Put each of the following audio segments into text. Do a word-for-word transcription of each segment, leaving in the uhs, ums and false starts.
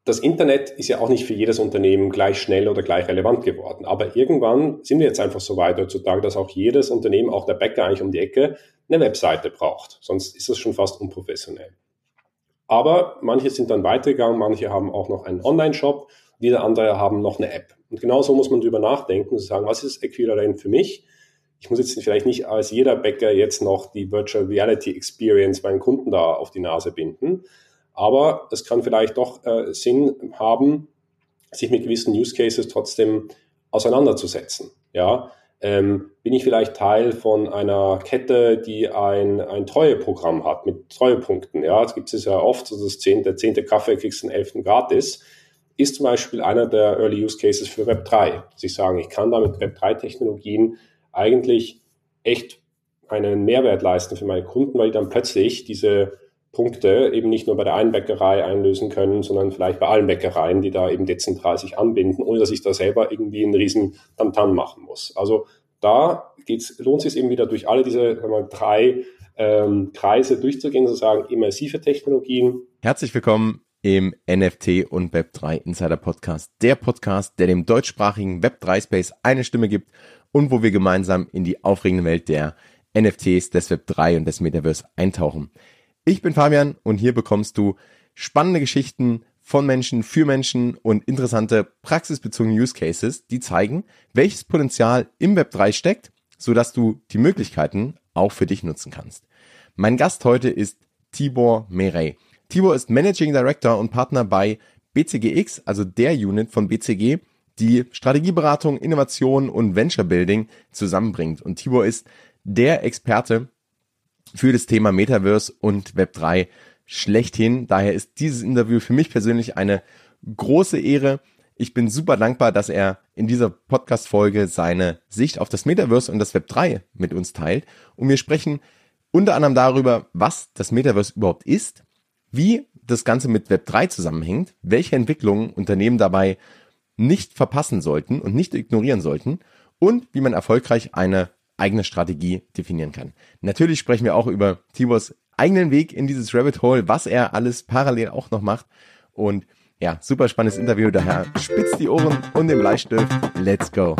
das Internet ist ja auch nicht für jedes Unternehmen gleich schnell oder gleich relevant geworden. Aber irgendwann sind wir jetzt einfach so weit heutzutage, dass auch jedes Unternehmen, auch der Bäcker eigentlich um die Ecke, eine Webseite braucht. Sonst ist das schon fast unprofessionell. Aber manche sind dann weitergegangen, manche haben auch noch einen Online-Shop, wieder andere haben noch eine App. Und genauso muss man drüber nachdenken und sagen, was ist das Äquivalent für mich? Ich muss jetzt vielleicht nicht als jeder Bäcker jetzt noch die Virtual Reality Experience meinen Kunden da auf die Nase binden. Aber es kann vielleicht doch äh, Sinn haben, sich mit gewissen Use Cases trotzdem auseinanderzusetzen. Ja, ähm, bin ich vielleicht Teil von einer Kette, die ein, ein Treueprogramm hat mit Treuepunkten. Ja, das gibt es ja oft, so das zehnte, der zehnte Kaffee kriegst du den elften gratis. Ist zum Beispiel einer der Early Use Cases für Web drei. Dass ich sage, ich kann da mit Web drei Technologien eigentlich echt einen Mehrwert leisten für meine Kunden, weil die dann plötzlich diese Punkte eben nicht nur bei der einen Bäckerei einlösen können, sondern vielleicht bei allen Bäckereien, die da eben dezentral sich anbinden, ohne dass ich da selber irgendwie einen riesen Tamtam machen muss. Also da geht's, lohnt es sich eben wieder durch alle diese sagen wir, drei ähm, Kreise durchzugehen, sozusagen immersive Technologien. Herzlich willkommen im N F T und Web drei Insider Podcast, der Podcast, der dem deutschsprachigen Web drei Space eine Stimme gibt und wo wir gemeinsam in die aufregende Welt der N F Ts, des Web drei und des Metaverse eintauchen. Ich bin Fabian und hier bekommst du spannende Geschichten von Menschen für Menschen und interessante praxisbezogene Use Cases, die zeigen, welches Potenzial im Web drei steckt, sodass du die Möglichkeiten auch für dich nutzen kannst. Mein Gast heute ist Tibor Merey. Tibor ist Managing Director und Partner bei B C G X, also der Unit von B C G, die Strategieberatung, Innovation und Venture Building zusammenbringt. Und Tibor ist der Experte für das Thema Metaverse und Web drei schlechthin. Daher ist dieses Interview für mich persönlich eine große Ehre. Ich bin super dankbar, dass er in dieser Podcast-Folge seine Sicht auf das Metaverse und das Web drei mit uns teilt. Und wir sprechen unter anderem darüber, was das Metaverse überhaupt ist, wie das Ganze mit Web drei zusammenhängt, welche Entwicklungen Unternehmen dabei nicht verpassen sollten und nicht ignorieren sollten und wie man erfolgreich eine eigene Strategie definieren kann. Natürlich sprechen wir auch über Tibors eigenen Weg in dieses Rabbit Hole, was er alles parallel auch noch macht. Und ja, super spannendes Interview, daher spitzt die Ohren und den Bleistift. Let's go!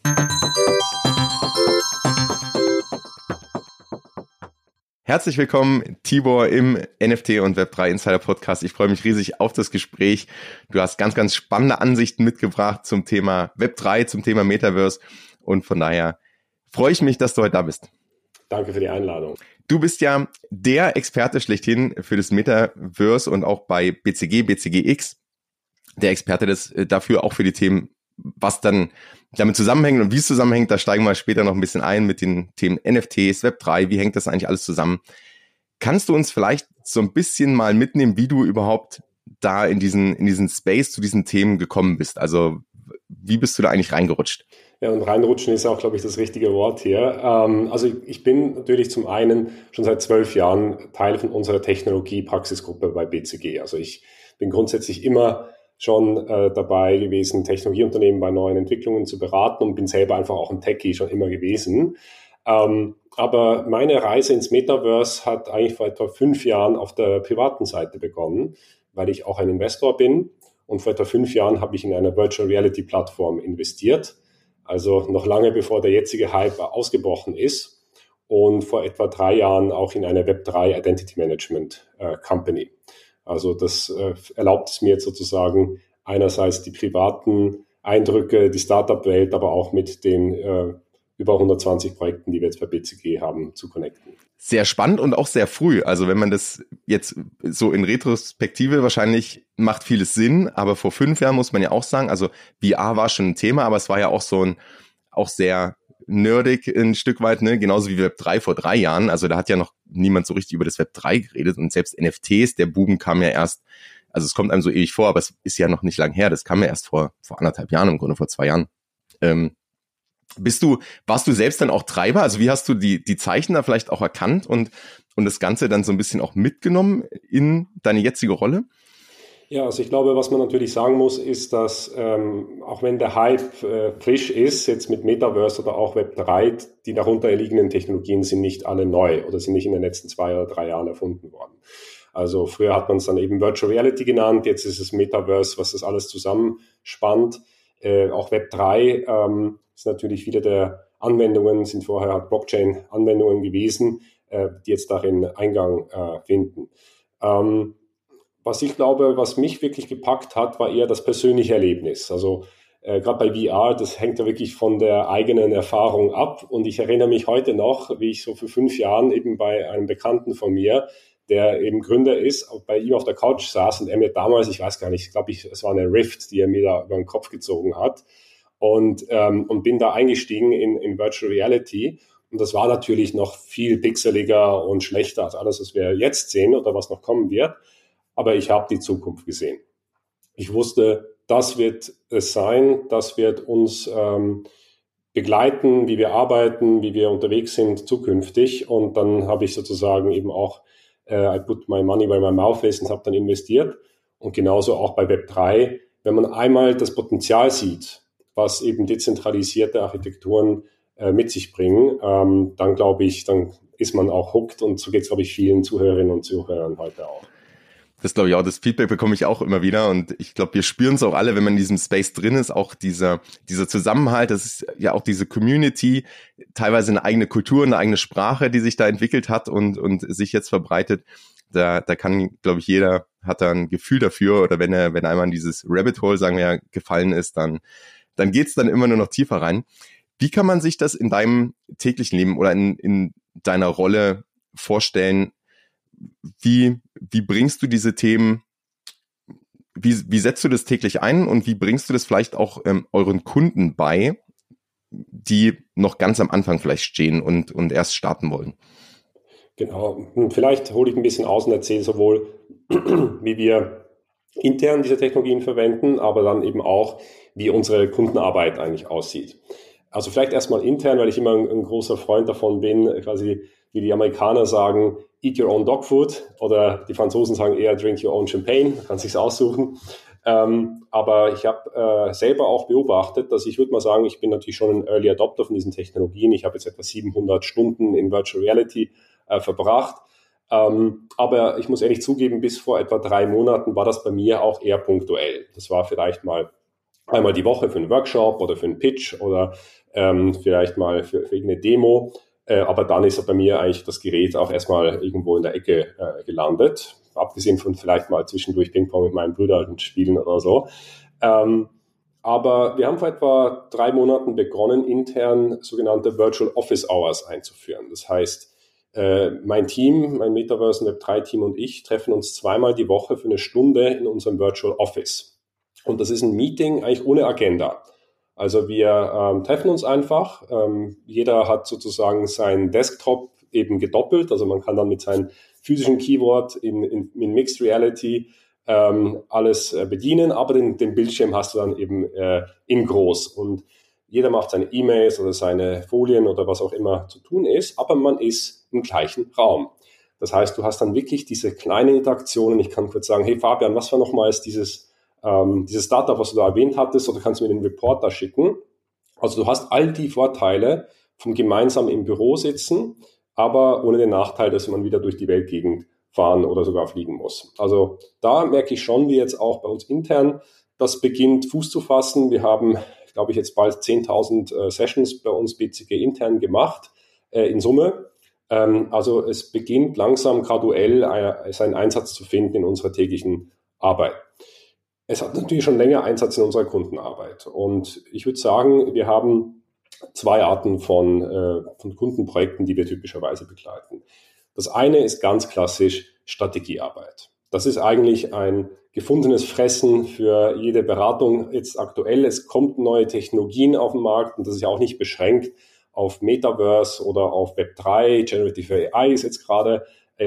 Herzlich willkommen, Tibor, im N F T und Web drei Insider Podcast. Ich freue mich riesig auf das Gespräch. Du hast ganz, ganz spannende Ansichten mitgebracht zum Thema Web drei, zum Thema Metaverse und von daher freue ich mich, dass du heute da bist. Danke für die Einladung. Du bist ja der Experte schlechthin für das Metaverse und auch bei B C G, B C G X, der Experte des, dafür auch für die Themen, was dann damit zusammenhängt und wie es zusammenhängt. Da steigen wir später noch ein bisschen ein mit den Themen N F Ts, Web drei, wie hängt das eigentlich alles zusammen? Kannst du uns vielleicht so ein bisschen mal mitnehmen, wie du überhaupt da in diesen, in diesen Space zu diesen Themen gekommen bist? Also wie bist du da eigentlich reingerutscht? Ja, und reinrutschen ist auch, glaube ich, das richtige Wort hier. Ähm, also ich bin natürlich zum einen schon seit zwölf Jahren Teil von unserer Technologie-Praxisgruppe bei B C G. Also ich bin grundsätzlich immer schon äh, dabei gewesen, Technologieunternehmen bei neuen Entwicklungen zu beraten und bin selber einfach auch ein Techie schon immer gewesen. Ähm, aber meine Reise ins Metaverse hat eigentlich vor etwa fünf Jahren auf der privaten Seite begonnen, weil ich auch ein Investor bin. Und vor etwa fünf Jahren habe ich in eine Virtual Reality Plattform investiert. Also noch lange bevor der jetzige Hype ausgebrochen ist und vor etwa drei Jahren auch in eine Web drei Identity Management äh, Company. Also das äh, erlaubt es mir jetzt sozusagen einerseits die privaten Eindrücke, die Startup-Welt, aber auch mit den äh, über hundertzwanzig Projekten, die wir jetzt bei B C G haben, zu connecten. Sehr spannend und auch sehr früh. Also wenn man das jetzt so in Retrospektive wahrscheinlich macht vieles Sinn, aber vor fünf Jahren muss man ja auch sagen, also V R war schon ein Thema, aber es war ja auch so ein, auch sehr nerdig ein Stück weit, ne, genauso wie Web drei vor drei Jahren. Also da hat ja noch niemand so richtig über das Web drei geredet und selbst N F Ts, der Boom kam ja erst, also es kommt einem so ewig vor, aber es ist ja noch nicht lang her, das kam ja erst vor, vor anderthalb Jahren, im Grunde vor zwei Jahren. Ähm, Bist du, warst du selbst dann auch Treiber? Also wie hast du die, die Zeichen da vielleicht auch erkannt und, und das Ganze dann so ein bisschen auch mitgenommen in deine jetzige Rolle? Ja, also ich glaube, was man natürlich sagen muss, ist, dass ähm, auch wenn der Hype äh, frisch ist, jetzt mit Metaverse oder auch Web drei, die darunter liegenden Technologien sind nicht alle neu oder sind nicht in den letzten zwei oder drei Jahren erfunden worden. Also früher hat man es dann eben Virtual Reality genannt, jetzt ist es Metaverse, was das alles zusammenspannt. Äh, auch Web drei ähm, ist natürlich viele der Anwendungen, sind vorher halt Blockchain-Anwendungen gewesen, äh, die jetzt darin Eingang äh, finden. Ähm, was ich glaube, was mich wirklich gepackt hat, war eher das persönliche Erlebnis. Also äh, gerade bei V R, das hängt ja wirklich von der eigenen Erfahrung ab. Und ich erinnere mich heute noch, wie ich so vor fünf Jahren eben bei einem Bekannten von mir, der eben Gründer ist, auch bei ihm auf der Couch saß und er mir damals, ich weiß gar nicht, ich glaube, ich, es war eine Rift, die er mir da über den Kopf gezogen hat. Und, ähm, und bin da eingestiegen in, in Virtual Reality. Und das war natürlich noch viel pixeliger und schlechter als alles, was wir jetzt sehen oder was noch kommen wird. Aber ich habe die Zukunft gesehen. Ich wusste, das wird es sein, das wird uns ähm, begleiten, wie wir arbeiten, wie wir unterwegs sind zukünftig. Und dann habe ich sozusagen eben auch äh, I put my money where my mouth is und habe dann investiert. Und genauso auch bei Web drei, wenn man einmal das Potenzial sieht, was eben dezentralisierte Architekturen äh, mit sich bringen, ähm, dann glaube ich, dann ist man auch hooked. Und so geht es, glaube ich, vielen Zuhörerinnen und Zuhörern heute auch. Das glaube ich auch, das Feedback bekomme ich auch immer wieder und ich glaube, wir spüren es auch alle, wenn man in diesem Space drin ist, auch dieser dieser Zusammenhalt, das ist ja auch diese Community, teilweise eine eigene Kultur, eine eigene Sprache, die sich da entwickelt hat und und sich jetzt verbreitet. Da da kann, glaube ich, jeder hat da ein Gefühl dafür oder wenn er wenn einmal in dieses Rabbit Hole, sagen wir ja, gefallen ist, dann dann geht's dann immer nur noch tiefer rein. Wie kann man sich das in deinem täglichen Leben oder in in deiner Rolle vorstellen? Wie, wie bringst du diese Themen, wie, wie setzt du das täglich ein und wie bringst du das vielleicht auch ähm, euren Kunden bei, die noch ganz am Anfang vielleicht stehen und, und erst starten wollen? Genau, vielleicht hole ich ein bisschen aus und erzähle sowohl, wie wir intern diese Technologien verwenden, aber dann eben auch, wie unsere Kundenarbeit eigentlich aussieht. Also vielleicht erstmal intern, weil ich immer ein, ein großer Freund davon bin, quasi wie die Amerikaner sagen, eat your own dog food oder die Franzosen sagen eher drink your own champagne, man kann sich's aussuchen. Ähm, aber ich habe äh, selber auch beobachtet, dass ich würde mal sagen, ich bin natürlich schon ein Early Adopter von diesen Technologien. Ich habe jetzt etwa siebenhundert Stunden in Virtual Reality äh, verbracht. Ähm, aber ich muss ehrlich zugeben, bis vor etwa drei Monaten war das bei mir auch eher punktuell. Das war vielleicht mal einmal die Woche für einen Workshop oder für einen Pitch oder ähm, vielleicht mal für, für irgendeine Demo. Äh, aber dann ist bei mir eigentlich das Gerät auch erstmal irgendwo in der Ecke äh, gelandet. Abgesehen von vielleicht mal zwischendurch Ping-Pong mit meinen Brüdern spielen oder so. Ähm, aber wir haben vor etwa drei Monaten begonnen, intern sogenannte Virtual Office Hours einzuführen. Das heißt, äh, mein Team, mein Metaverse Web drei Team und ich treffen uns zweimal die Woche für eine Stunde in unserem Virtual Office. Und das ist ein Meeting eigentlich ohne Agenda. Also wir ähm, treffen uns einfach. Ähm, jeder hat sozusagen seinen Desktop eben gedoppelt. Also man kann dann mit seinem physischen Keyboard in, in, in Mixed Reality ähm, alles äh, bedienen, aber den, den Bildschirm hast du dann eben äh, in groß. Und jeder macht seine E-Mails oder seine Folien oder was auch immer zu tun ist, aber man ist im gleichen Raum. Das heißt, du hast dann wirklich diese kleinen Interaktionen. Ich kann kurz sagen, hey Fabian, was war nochmals dieses Ähm, dieses Startup, was du da erwähnt hattest, oder kannst du mir den Report da schicken? Also du hast all die Vorteile vom gemeinsam im Büro sitzen, aber ohne den Nachteil, dass man wieder durch die Weltgegend fahren oder sogar fliegen muss. Also da merke ich schon, wie jetzt auch bei uns intern das beginnt Fuß zu fassen. Wir haben, glaube ich, jetzt bald zehntausend äh, Sessions bei uns B C G intern gemacht, äh, in Summe. Ähm, also es beginnt langsam graduell äh, seinen Einsatz zu finden in unserer täglichen Arbeit. Es hat natürlich schon länger Einsatz in unserer Kundenarbeit. Und ich würde sagen, wir haben zwei Arten von, äh, von Kundenprojekten, die wir typischerweise begleiten. Das eine ist ganz klassisch Strategiearbeit. Das ist eigentlich ein gefundenes Fressen für jede Beratung jetzt aktuell. Es kommt neue Technologien auf den Markt und das ist ja auch nicht beschränkt auf Metaverse oder auf Web drei. Generative A I ist jetzt gerade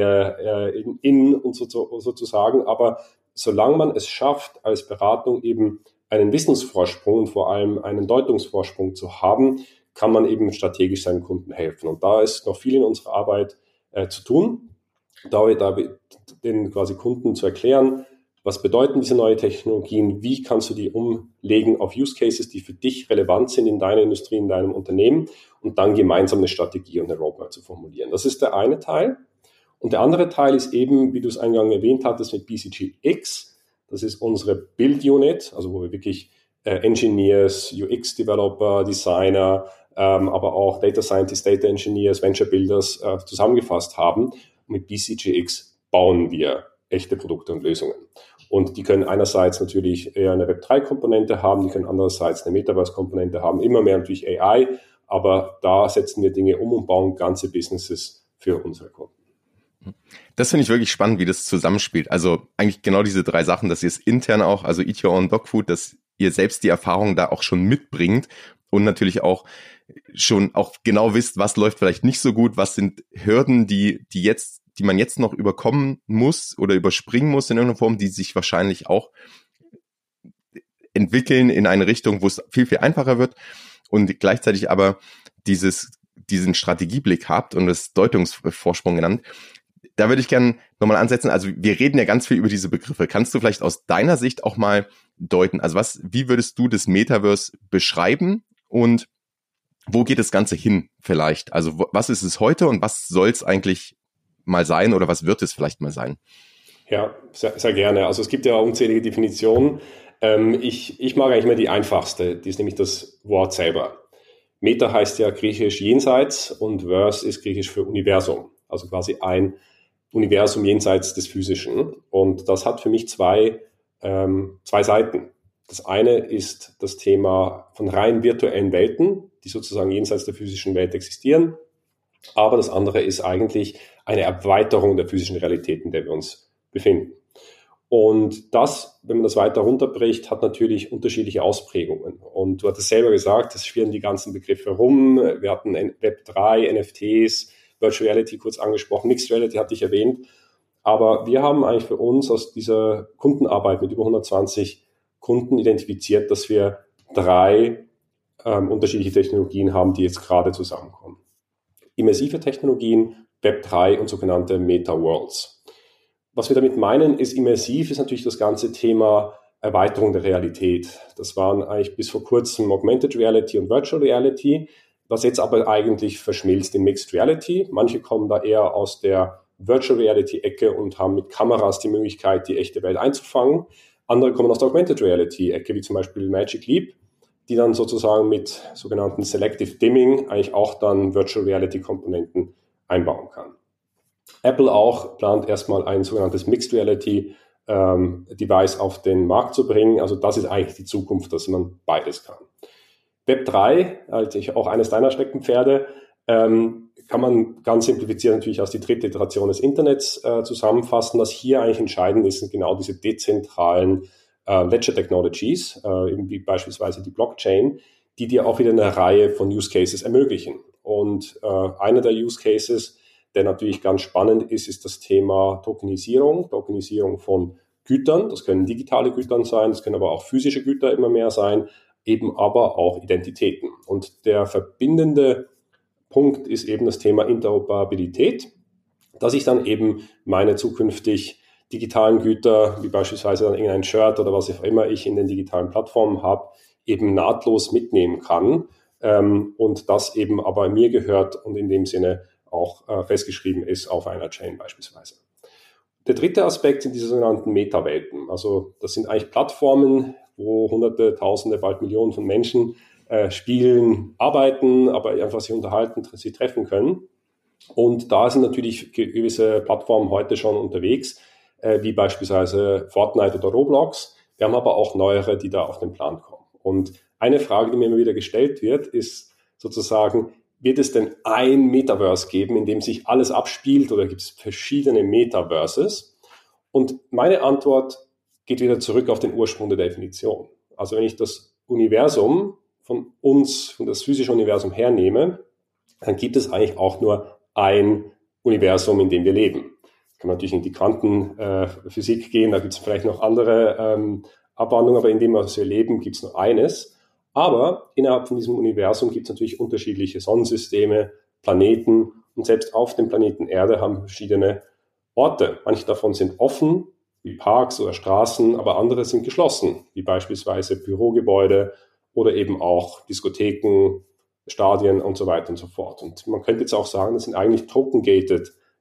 äh, in, in und so, so, sozusagen, aber solange man es schafft, als Beratung eben einen Wissensvorsprung und vor allem einen Deutungsvorsprung zu haben, kann man eben strategisch seinen Kunden helfen. Und da ist noch viel in unserer Arbeit äh, zu tun, da, da den quasi Kunden zu erklären, was bedeuten diese neuen Technologien, wie kannst du die umlegen auf Use Cases, die für dich relevant sind in deiner Industrie, in deinem Unternehmen und dann gemeinsam eine Strategie und eine Roadmap zu formulieren. Das ist der eine Teil. Und der andere Teil ist eben, wie du es eingangs erwähnt hattest, mit B C G X. Das ist unsere Build Unit, also wo wir wirklich äh, Engineers, U X-Developer, Designer, ähm, aber auch Data Scientists, Data Engineers, Venture Builders äh, zusammengefasst haben. Und mit B C G X bauen wir echte Produkte und Lösungen. Und die können einerseits natürlich eher eine Web drei Komponente haben, die können andererseits eine Metaverse-Komponente haben, immer mehr natürlich A I, aber da setzen wir Dinge um und bauen ganze Businesses für unsere Kunden. Das finde ich wirklich spannend, wie das zusammenspielt. Also eigentlich genau diese drei Sachen, dass ihr es intern auch, also Eat Your Own Dog Food, dass ihr selbst die Erfahrung da auch schon mitbringt und natürlich auch schon auch genau wisst, was läuft vielleicht nicht so gut, was sind Hürden, die, die jetzt die man jetzt noch überkommen muss oder überspringen muss in irgendeiner Form, die sich wahrscheinlich auch entwickeln in eine Richtung, wo es viel, viel einfacher wird und gleichzeitig aber dieses, diesen Strategieblick habt und das Deutungsvorsprung genannt. Da würde ich gerne nochmal ansetzen. Also wir reden ja ganz viel über diese Begriffe. Kannst du vielleicht aus deiner Sicht auch mal deuten? Also was, wie würdest du das Metaverse beschreiben und wo geht das Ganze hin vielleicht? Also was ist es heute und was soll es eigentlich mal sein oder was wird es vielleicht mal sein? Ja, sehr, sehr gerne. Also es gibt ja unzählige Definitionen. Ähm, ich, ich mag eigentlich immer die einfachste, die ist nämlich das Wort selber. Meta heißt ja griechisch jenseits und Verse ist griechisch für Universum. Also quasi ein Universum jenseits des Physischen. Und das hat für mich zwei, ähm, zwei Seiten. Das eine ist das Thema von rein virtuellen Welten, die sozusagen jenseits der physischen Welt existieren. Aber das andere ist eigentlich eine Erweiterung der physischen Realität, in der wir uns befinden. Und das, wenn man das weiter runterbricht, hat natürlich unterschiedliche Ausprägungen. Und du hattest selber gesagt, es schwirren die ganzen Begriffe rum. Wir hatten Web drei, N F Ts, Virtual Reality kurz angesprochen, Mixed Reality hatte ich erwähnt. Aber wir haben eigentlich für uns aus dieser Kundenarbeit mit über hundertzwanzig Kunden identifiziert, dass wir drei ähm, unterschiedliche Technologien haben, die jetzt gerade zusammenkommen. Immersive Technologien, Web drei und sogenannte Meta-Worlds. Was wir damit meinen, ist immersiv, ist natürlich das ganze Thema Erweiterung der Realität. Das waren eigentlich bis vor kurzem Augmented Reality und Virtual Reality, was jetzt aber eigentlich verschmilzt in Mixed Reality. Manche kommen da eher aus der Virtual Reality-Ecke und haben mit Kameras die Möglichkeit, die echte Welt einzufangen. Andere kommen aus der Augmented Reality-Ecke, wie zum Beispiel Magic Leap, die dann sozusagen mit sogenannten Selective Dimming eigentlich auch dann Virtual Reality Komponenten einbauen kann. Apple auch plant erstmal ein sogenanntes Mixed Reality ähm, Device auf den Markt zu bringen. Also das ist eigentlich die Zukunft, dass man beides kann. Web drei, also auch eines deiner Steckenpferde, ähm, kann man ganz simplifiziert natürlich als die dritte Iteration des Internets äh, zusammenfassen. Was hier eigentlich entscheidend ist, sind genau diese dezentralen Uh, Ledger Technologies, uh, wie beispielsweise die Blockchain, die dir auch wieder eine Reihe von Use Cases ermöglichen. Und uh, einer der Use Cases, der natürlich ganz spannend ist, ist das Thema Tokenisierung, Tokenisierung von Gütern. Das können digitale Güter sein, das können aber auch physische Güter immer mehr sein, eben aber auch Identitäten. Und der verbindende Punkt ist eben das Thema Interoperabilität, dass ich dann eben meine zukünftig digitalen Güter, wie beispielsweise dann irgendein Shirt oder was auch immer ich in den digitalen Plattformen habe, eben nahtlos mitnehmen kann ähm, und das eben aber mir gehört und in dem Sinne auch äh, festgeschrieben ist auf einer Chain beispielsweise. Der dritte Aspekt sind diese sogenannten Meta-Welten. Also das sind eigentlich Plattformen, wo Hunderte, Tausende, bald Millionen von Menschen äh, spielen, arbeiten, aber einfach sich unterhalten, sie treffen können. Und da sind natürlich gewisse Plattformen heute schon unterwegs, wie beispielsweise Fortnite oder Roblox. Wir haben aber auch neuere, die da auf den Plan kommen. Und eine Frage, die mir immer wieder gestellt wird, ist sozusagen, wird es denn ein Metaverse geben, in dem sich alles abspielt oder gibt es verschiedene Metaverses? Und meine Antwort geht wieder zurück auf den Ursprung der Definition. Also wenn ich das Universum von uns, von das physische Universum hernehme, dann gibt es eigentlich auch nur ein Universum, in dem wir leben. Kann man natürlich in die Quantenphysik äh, gehen, da gibt es vielleicht noch andere ähm, Abwandlungen, aber in dem, was wir leben, gibt es nur eines. Aber innerhalb von diesem Universum gibt es natürlich unterschiedliche Sonnensysteme, Planeten und selbst auf dem Planeten Erde haben wir verschiedene Orte. Manche davon sind offen, wie Parks oder Straßen, aber andere sind geschlossen, wie beispielsweise Bürogebäude oder eben auch Diskotheken, Stadien und so weiter und so fort. Und man könnte jetzt auch sagen, das sind eigentlich token-gated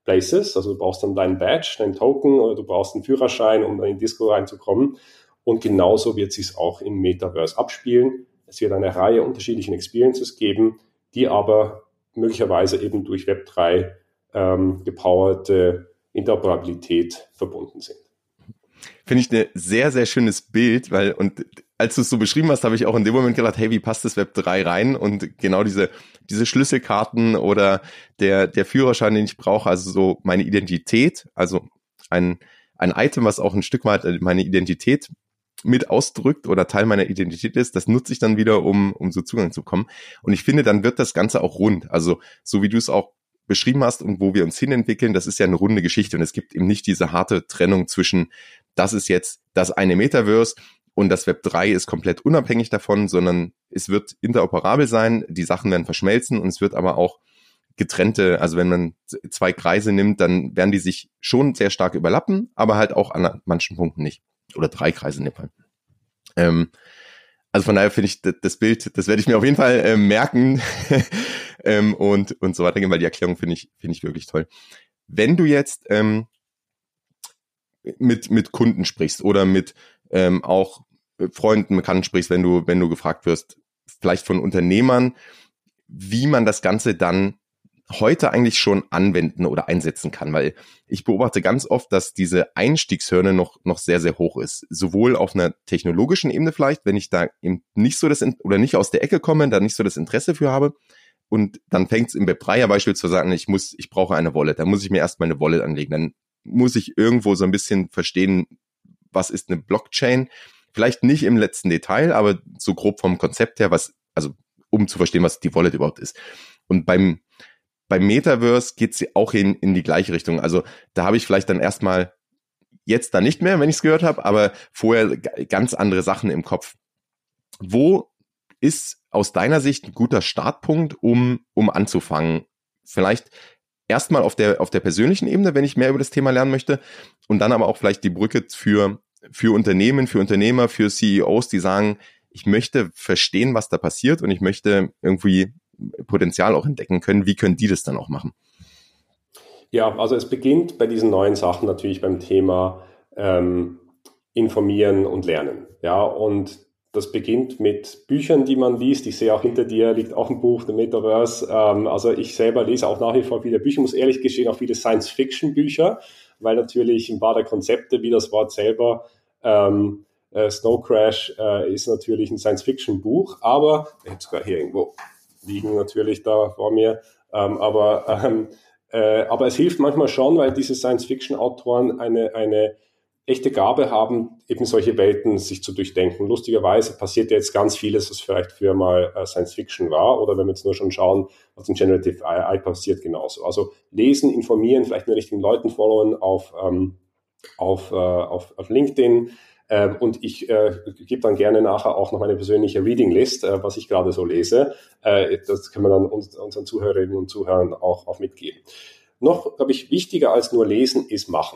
Places, also du brauchst dann deinen Badge, deinen Token oder du brauchst einen Führerschein, um dann in Disco reinzukommen. Und genauso wird es sich auch im Metaverse abspielen. Es wird eine Reihe unterschiedlichen Experiences geben, die aber möglicherweise eben durch Web drei ähm, gepowerte Interoperabilität verbunden sind. Finde ich ein sehr, sehr schönes Bild, weil, und als du es so beschrieben hast, habe ich auch in dem Moment gedacht, hey, wie passt das Web drei rein? Und genau diese, diese Schlüsselkarten oder der, der Führerschein, den ich brauche, also so meine Identität, also ein, ein Item, was auch ein Stück weit meine Identität mit ausdrückt oder Teil meiner Identität ist, das nutze ich dann wieder, um, um so Zugang zu bekommen. Und ich finde, dann wird das Ganze auch rund. Also so wie du es auch beschrieben hast und wo wir uns hinentwickeln, das ist ja eine runde Geschichte und es gibt eben nicht diese harte Trennung zwischen, das ist jetzt das eine Metaverse und das Web drei ist komplett unabhängig davon, sondern es wird interoperabel sein, die Sachen werden verschmelzen und es wird aber auch getrennte, also wenn man zwei Kreise nimmt, dann werden die sich schon sehr stark überlappen, aber halt auch an manchen Punkten nicht. Oder drei Kreise nimmt man. Ähm, also von daher finde ich das Bild, das werde ich mir auf jeden Fall äh, merken ähm, und und so weitergehen, weil die Erklärung finde ich finde ich wirklich toll. Wenn du jetzt ähm, mit mit Kunden sprichst oder mit ähm, auch Freunden, Bekannten sprichst, wenn du wenn du gefragt wirst, vielleicht von Unternehmern, wie man das Ganze dann heute eigentlich schon anwenden oder einsetzen kann, weil ich beobachte ganz oft, dass diese Einstiegshürde noch noch sehr, sehr hoch ist. Sowohl auf einer technologischen Ebene vielleicht, wenn ich da eben nicht so das, oder nicht aus der Ecke komme, da nicht so das Interesse für habe. Und dann fängt es im Web drei ja beispielsweise an, ich muss, ich brauche eine Wallet. Dann muss ich mir erstmal eine Wallet anlegen. Dann muss ich irgendwo so ein bisschen verstehen, was ist eine Blockchain. Vielleicht nicht im letzten Detail, aber so grob vom Konzept her, was, also um zu verstehen, was die Wallet überhaupt ist. Und beim Beim Metaverse geht es auch in, in die gleiche Richtung. Also da habe ich vielleicht dann erstmal, jetzt da nicht mehr, wenn ich es gehört habe, aber vorher g- ganz andere Sachen im Kopf. Wo ist aus deiner Sicht ein guter Startpunkt, um, um anzufangen? Vielleicht erstmal auf der, auf der persönlichen Ebene, wenn ich mehr über das Thema lernen möchte, und dann aber auch vielleicht die Brücke für, für Unternehmen, für Unternehmer, für C E Os, die sagen, ich möchte verstehen, was da passiert und ich möchte irgendwie Potenzial auch entdecken können. Wie können die das dann auch machen? Ja, also es beginnt bei diesen neuen Sachen natürlich beim Thema ähm, Informieren und Lernen. Ja, und das beginnt mit Büchern, die man liest. Ich sehe auch hinter dir liegt auch ein Buch, The Metaverse. Ähm, also ich selber lese auch nach wie vor viele Bücher, muss ehrlich gestehen, auch viele Science-Fiction-Bücher, weil natürlich ein paar der Konzepte, wie das Wort selber, ähm, äh, Snow Crash äh, ist natürlich ein Science-Fiction-Buch, aber ich habe sogar hier irgendwo liegen natürlich da vor mir, ähm, aber ähm, äh, aber es hilft manchmal schon, weil diese Science-Fiction-Autoren eine eine echte Gabe haben, eben solche Welten sich zu durchdenken. Lustigerweise passiert jetzt ganz vieles, was vielleicht früher mal äh, Science-Fiction war, oder wenn wir jetzt nur schon schauen, was in Generative A I passiert, genauso. Also lesen, informieren, vielleicht den richtigen Leuten followen auf ähm, auf, äh, auf auf LinkedIn. Ähm, und ich äh, gebe dann gerne nachher auch noch meine persönliche Reading-List, äh, was ich gerade so lese. Äh, das können wir dann uns, unseren Zuhörerinnen und Zuhörern auch, auch mitgeben. Noch, glaube ich, wichtiger als nur lesen ist machen.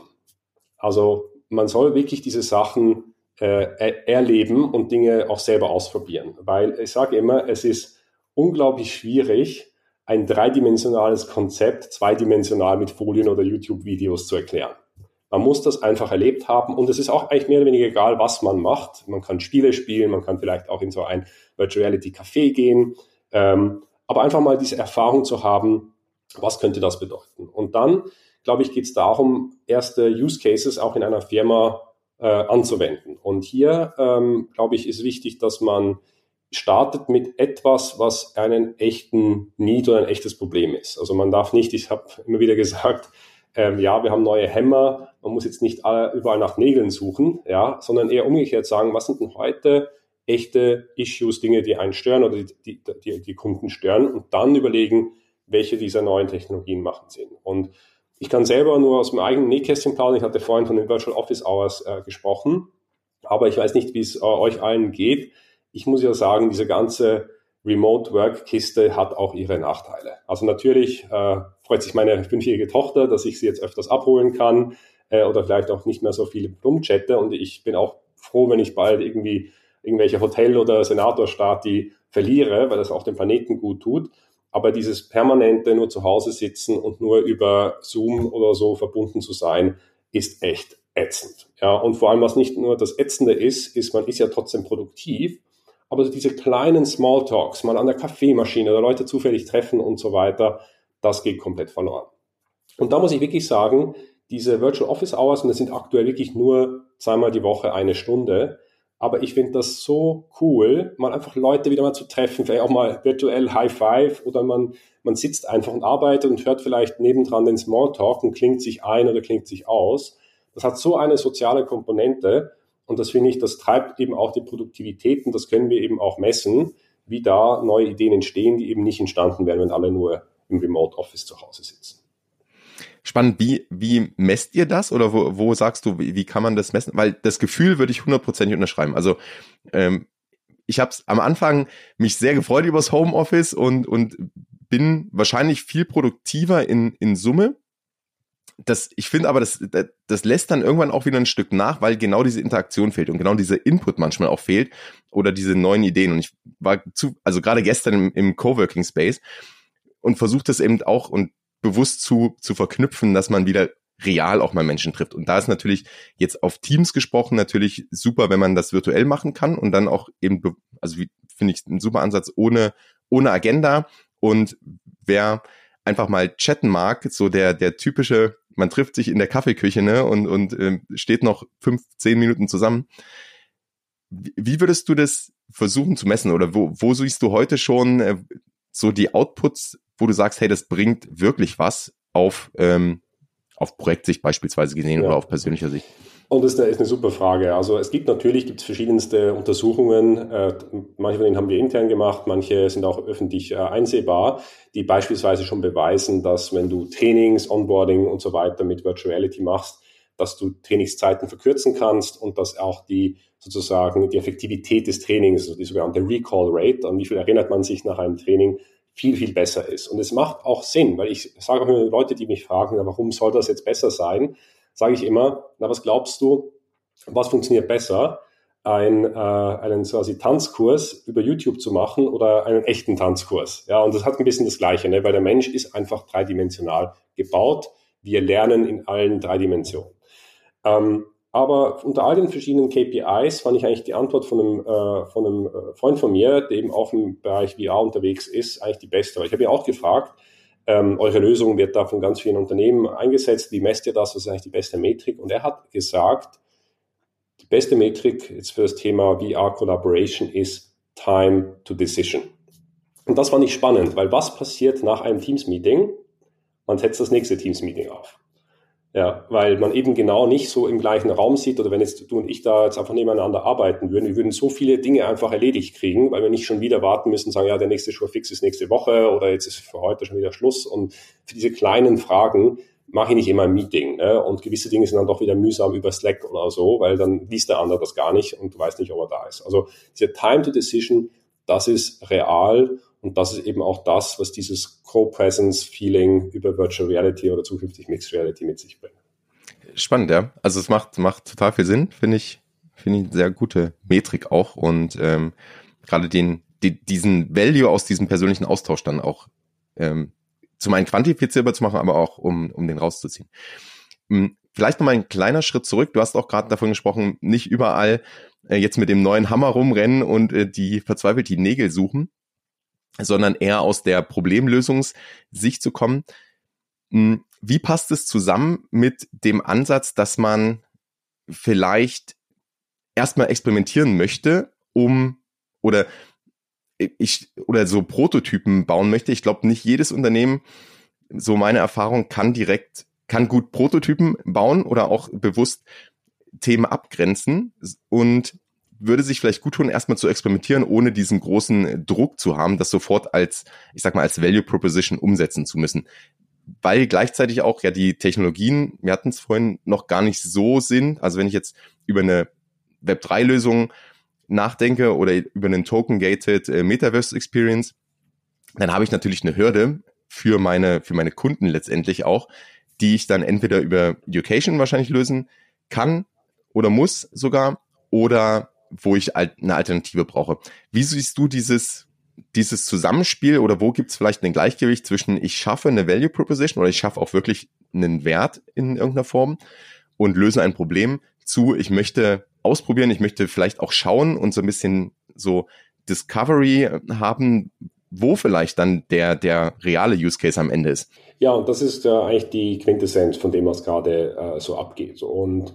Also man soll wirklich diese Sachen äh, erleben und Dinge auch selber ausprobieren. Weil ich sage immer, es ist unglaublich schwierig, ein dreidimensionales Konzept zweidimensional mit Folien oder YouTube-Videos zu erklären. Man muss das einfach erlebt haben und es ist auch eigentlich mehr oder weniger egal, was man macht. Man kann Spiele spielen, man kann vielleicht auch in so ein Virtual Reality Café gehen, ähm, aber einfach mal diese Erfahrung zu haben, was könnte das bedeuten? Und dann, glaube ich, geht es darum, erste Use Cases auch in einer Firma äh, anzuwenden. Und hier, ähm, glaube ich, ist wichtig, dass man startet mit etwas, was einen echten Need oder ein echtes Problem ist. Also man darf nicht, ich habe immer wieder gesagt, Ähm, ja, wir haben neue Hämmer, man muss jetzt nicht überall nach Nägeln suchen, ja, sondern eher umgekehrt sagen, was sind denn heute echte Issues, Dinge, die einen stören oder die, die, die, die Kunden stören, und dann überlegen, welche dieser neuen Technologien machen Sinn. Und ich kann selber nur aus meinem eigenen Nähkästchen plaudern, ich hatte vorhin von den Virtual Office Hours äh, gesprochen, aber ich weiß nicht, wie es äh, euch allen geht. Ich muss ja sagen, diese ganze Remote-Work-Kiste hat auch ihre Nachteile. Also natürlich äh, freut sich meine fünfjährige Tochter, dass ich sie jetzt öfters abholen kann äh, oder vielleicht auch nicht mehr so viel rumchatte. Und ich bin auch froh, wenn ich bald irgendwie irgendwelche Hotel- oder Senatorstati verliere, weil das auch dem Planeten gut tut. Aber dieses permanente nur zu Hause sitzen und nur über Zoom oder so verbunden zu sein, ist echt ätzend. Ja, und vor allem, was nicht nur das Ätzende ist, ist, man ist ja trotzdem produktiv, aber diese kleinen Smalltalks, mal an der Kaffeemaschine oder Leute zufällig treffen und so weiter, das geht komplett verloren. Und da muss ich wirklich sagen, diese Virtual Office Hours, und das sind aktuell wirklich nur zweimal die Woche eine Stunde, aber ich finde das so cool, mal einfach Leute wieder mal zu treffen, vielleicht auch mal virtuell High Five oder man, man sitzt einfach und arbeitet und hört vielleicht nebendran den Smalltalk und klingt sich ein oder klingt sich aus. Das hat so eine soziale Komponente und das finde ich, das treibt eben auch die Produktivität und das können wir eben auch messen, wie da neue Ideen entstehen, die eben nicht entstanden wären, wenn alle nur im Remote Office zu Hause sitzen. Spannend, wie, wie messt ihr das oder wo, wo sagst du, wie, wie kann man das messen? Weil das Gefühl würde ich hundertprozentig unterschreiben. Also ähm, ich habe am Anfang mich sehr gefreut über das Homeoffice und, und bin wahrscheinlich viel produktiver in, in Summe. Das, ich finde aber, das, das lässt dann irgendwann auch wieder ein Stück nach, weil genau diese Interaktion fehlt und genau dieser Input manchmal auch fehlt oder diese neuen Ideen. Und ich war zu, also gerade gestern im, im Coworking Space und versuche das eben auch und bewusst zu, zu verknüpfen, dass man wieder real auch mal Menschen trifft. Und da ist natürlich jetzt auf Teams gesprochen natürlich super, wenn man das virtuell machen kann und dann auch eben, also finde ich einen super Ansatz ohne, ohne Agenda. Und wer einfach mal chatten mag, so der, der typische, man trifft sich in der Kaffeeküche, ne, und, und äh, steht noch fünf, zehn Minuten zusammen. Wie, wie würdest du das versuchen zu messen? Oder wo, wo siehst du heute schon äh, so die Outputs, wo du sagst, hey, das bringt wirklich was auf, ähm, auf Projektsicht beispielsweise gesehen ja. oder auf persönlicher Sicht? Und das ist eine, ist eine super Frage. Also es gibt natürlich gibt's verschiedenste Untersuchungen, äh, manche von denen haben wir intern gemacht, manche sind auch öffentlich äh, einsehbar, die beispielsweise schon beweisen, dass wenn du Trainings, Onboarding und so weiter mit Virtual Reality machst, dass du Trainingszeiten verkürzen kannst und dass auch die sozusagen die Effektivität des Trainings, also die sogenannte Recall Rate, an wie viel erinnert man sich nach einem Training, viel, viel besser ist. Und es macht auch Sinn, weil ich sage auch immer Leute, die mich fragen, na, warum soll das jetzt besser sein, sage ich immer, na, was glaubst du, was funktioniert besser, ein, äh, einen quasi Tanzkurs über YouTube zu machen oder einen echten Tanzkurs? Ja, und das hat ein bisschen das Gleiche, ne? Weil der Mensch ist einfach dreidimensional gebaut. Wir lernen in allen drei Dimensionen. Ähm, Aber unter all den verschiedenen K P Is fand ich eigentlich die Antwort von einem, äh, von einem Freund von mir, der eben auch im Bereich V R unterwegs ist, eigentlich die beste. Weil ich habe ihn auch gefragt, ähm, eure Lösung wird da von ganz vielen Unternehmen eingesetzt. Wie messt ihr das? Was ist eigentlich die beste Metrik? Und er hat gesagt, die beste Metrik jetzt für das Thema V R Collaboration ist Time to Decision. Und das fand ich spannend, weil was passiert nach einem Teams-Meeting? Man setzt das nächste Teams-Meeting auf. Ja, weil man eben genau nicht so im gleichen Raum sieht oder wenn jetzt du und ich da jetzt einfach nebeneinander arbeiten würden, wir würden so viele Dinge einfach erledigt kriegen, weil wir nicht schon wieder warten müssen und sagen, ja, der nächste Showfix ist nächste Woche oder jetzt ist für heute schon wieder Schluss. Und für diese kleinen Fragen mache ich nicht immer ein Meeting. Ne? Und gewisse Dinge sind dann doch wieder mühsam über Slack oder so, weil dann liest der andere das gar nicht und du weißt nicht, ob er da ist. Also diese Time to Decision, das ist real. Und das ist eben auch das, was dieses Co-Presence-Feeling über Virtual Reality oder zukünftig Mixed Reality mit sich bringt. Spannend, ja. Also es macht macht total viel Sinn, finde ich, finde ich eine sehr gute Metrik auch und ähm, gerade den die, diesen Value aus diesem persönlichen Austausch dann auch ähm, zum einen quantifizierbar zu machen, aber auch um um den rauszuziehen. Vielleicht noch mal ein kleiner Schritt zurück. Du hast auch gerade davon gesprochen, nicht überall äh, jetzt mit dem neuen Hammer rumrennen und äh, die verzweifelt die Nägel suchen, sondern eher aus der Problemlösungssicht zu kommen. Wie passt es zusammen mit dem Ansatz, dass man vielleicht erstmal experimentieren möchte, um oder ich oder so Prototypen bauen möchte? Ich glaube, nicht jedes Unternehmen, so meine Erfahrung, kann direkt, kann gut Prototypen bauen oder auch bewusst Themen abgrenzen und würde sich vielleicht gut tun, erstmal zu experimentieren, ohne diesen großen Druck zu haben, das sofort als, ich sag mal, als Value Proposition umsetzen zu müssen. Weil gleichzeitig auch ja die Technologien, wir hatten es vorhin, noch gar nicht so sind. Also wenn ich jetzt über eine Web drei Lösung nachdenke oder über einen Token-Gated äh, Metaverse Experience, dann habe ich natürlich eine Hürde für meine, für meine Kunden letztendlich auch, die ich dann entweder über Education wahrscheinlich lösen kann oder muss sogar oder wo ich eine Alternative brauche. Wie siehst du dieses, dieses Zusammenspiel oder wo gibt es vielleicht ein Gleichgewicht zwischen ich schaffe eine Value Proposition oder ich schaffe auch wirklich einen Wert in irgendeiner Form und löse ein Problem zu, ich möchte ausprobieren, ich möchte vielleicht auch schauen und so ein bisschen so Discovery haben, wo vielleicht dann der, der reale Use Case am Ende ist. Ja, und das ist ja eigentlich die Quintessenz von dem, was gerade äh, so abgeht. Und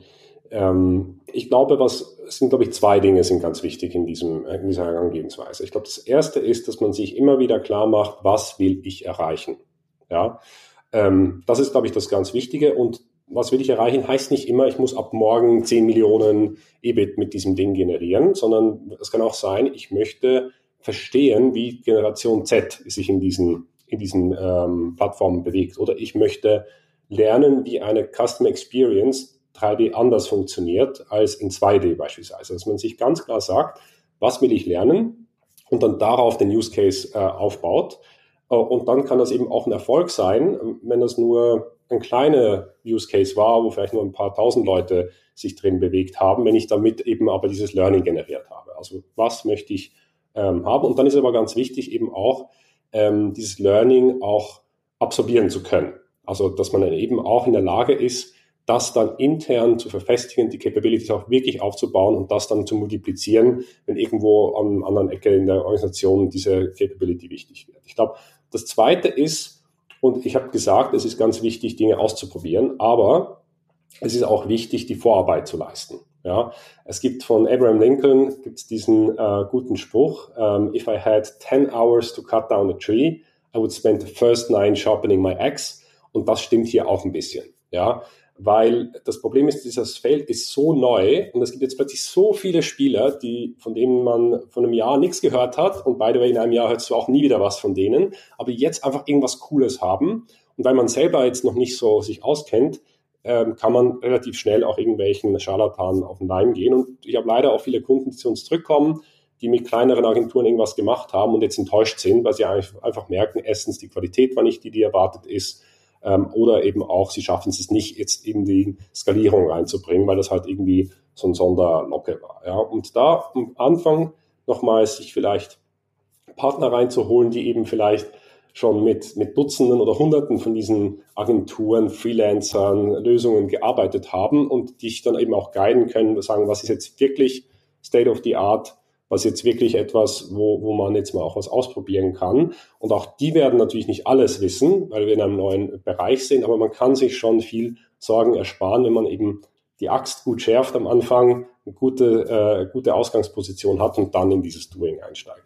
ähm, ich glaube, was es sind, glaube ich, zwei Dinge sind ganz wichtig in diesem in dieser Herangehensweise. Ich glaube, das erste ist, dass man sich immer wieder klar macht, was will ich erreichen? Ja, ähm, das ist, glaube ich, das ganz Wichtige. Und was will ich erreichen, heißt nicht immer, ich muss ab morgen zehn Millionen E B I T mit diesem Ding generieren, sondern es kann auch sein, ich möchte verstehen, wie Generation Z sich in diesen in diesen ähm, Plattformen bewegt. Oder ich möchte lernen, wie eine Customer Experience drei D anders funktioniert als in zwei D beispielsweise. Dass man sich ganz klar sagt, was will ich lernen und dann darauf den Use Case äh, aufbaut. Äh, und dann kann das eben auch ein Erfolg sein, wenn das nur ein kleiner Use Case war, wo vielleicht nur ein paar tausend Leute sich drin bewegt haben, wenn ich damit eben aber dieses Learning generiert habe. Also was möchte ich ähm, haben? Und dann ist aber ganz wichtig eben auch, ähm, dieses Learning auch absorbieren zu können. Also dass man dann eben auch in der Lage ist, das dann intern zu verfestigen, die Capabilities auch wirklich aufzubauen und das dann zu multiplizieren, wenn irgendwo an einer anderen Ecke in der Organisation diese Capability wichtig wird. Ich glaube, das Zweite ist, und ich habe gesagt, es ist ganz wichtig, Dinge auszuprobieren, aber es ist auch wichtig, die Vorarbeit zu leisten. Ja, es gibt von Abraham Lincoln gibt's diesen äh, guten Spruch: um, If I had ten hours to cut down a tree, I would spend the first nine sharpening my axe. Und das stimmt hier auch ein bisschen. Ja, weil das Problem ist, dieses Feld ist so neu und es gibt jetzt plötzlich so viele Spieler, die von denen man von einem Jahr nichts gehört hat und by the way, in einem Jahr hörst du auch nie wieder was von denen, aber jetzt einfach irgendwas Cooles haben und weil man selber jetzt noch nicht so sich auskennt, ähm, kann man relativ schnell auch irgendwelchen Scharlatanen auf den Leim gehen und ich habe leider auch viele Kunden, die zu uns zurückkommen, die mit kleineren Agenturen irgendwas gemacht haben und jetzt enttäuscht sind, weil sie einfach merken, erstens die Qualität war nicht die, die erwartet ist, Ähm, oder eben auch, sie schaffen es nicht, jetzt in die Skalierung reinzubringen, weil das halt irgendwie so ein Sonderlocke war. Ja. Und da am Anfang nochmals sich vielleicht Partner reinzuholen, die eben vielleicht schon mit, mit Dutzenden oder Hunderten von diesen Agenturen, Freelancern, Lösungen gearbeitet haben und dich dann eben auch guiden können, sagen, was ist jetzt wirklich State of the Art, was jetzt wirklich etwas, wo, wo man jetzt mal auch was ausprobieren kann. Und auch die werden natürlich nicht alles wissen, weil wir in einem neuen Bereich sind, aber man kann sich schon viel Sorgen ersparen, wenn man eben die Axt gut schärft am Anfang, eine gute, äh, gute Ausgangsposition hat und dann in dieses Doing einsteigt.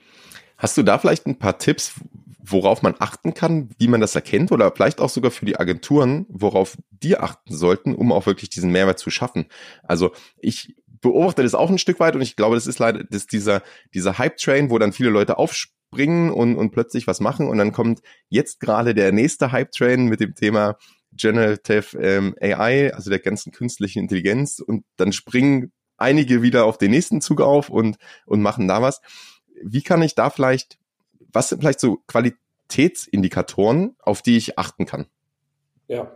Hast du da vielleicht ein paar Tipps, worauf man achten kann, wie man das erkennt oder vielleicht auch sogar für die Agenturen, worauf die achten sollten, um auch wirklich diesen Mehrwert zu schaffen? Also ich beobachte das auch ein Stück weit und ich glaube, das ist leider das ist dieser, dieser Hype-Train, wo dann viele Leute aufspringen und, und plötzlich was machen und dann kommt jetzt gerade der nächste Hype-Train mit dem Thema Generative ähm, A I, also der ganzen künstlichen Intelligenz und dann springen einige wieder auf den nächsten Zug auf und, und machen da was. Wie kann ich da vielleicht, was sind vielleicht so Qualitätsindikatoren, auf die ich achten kann? Ja.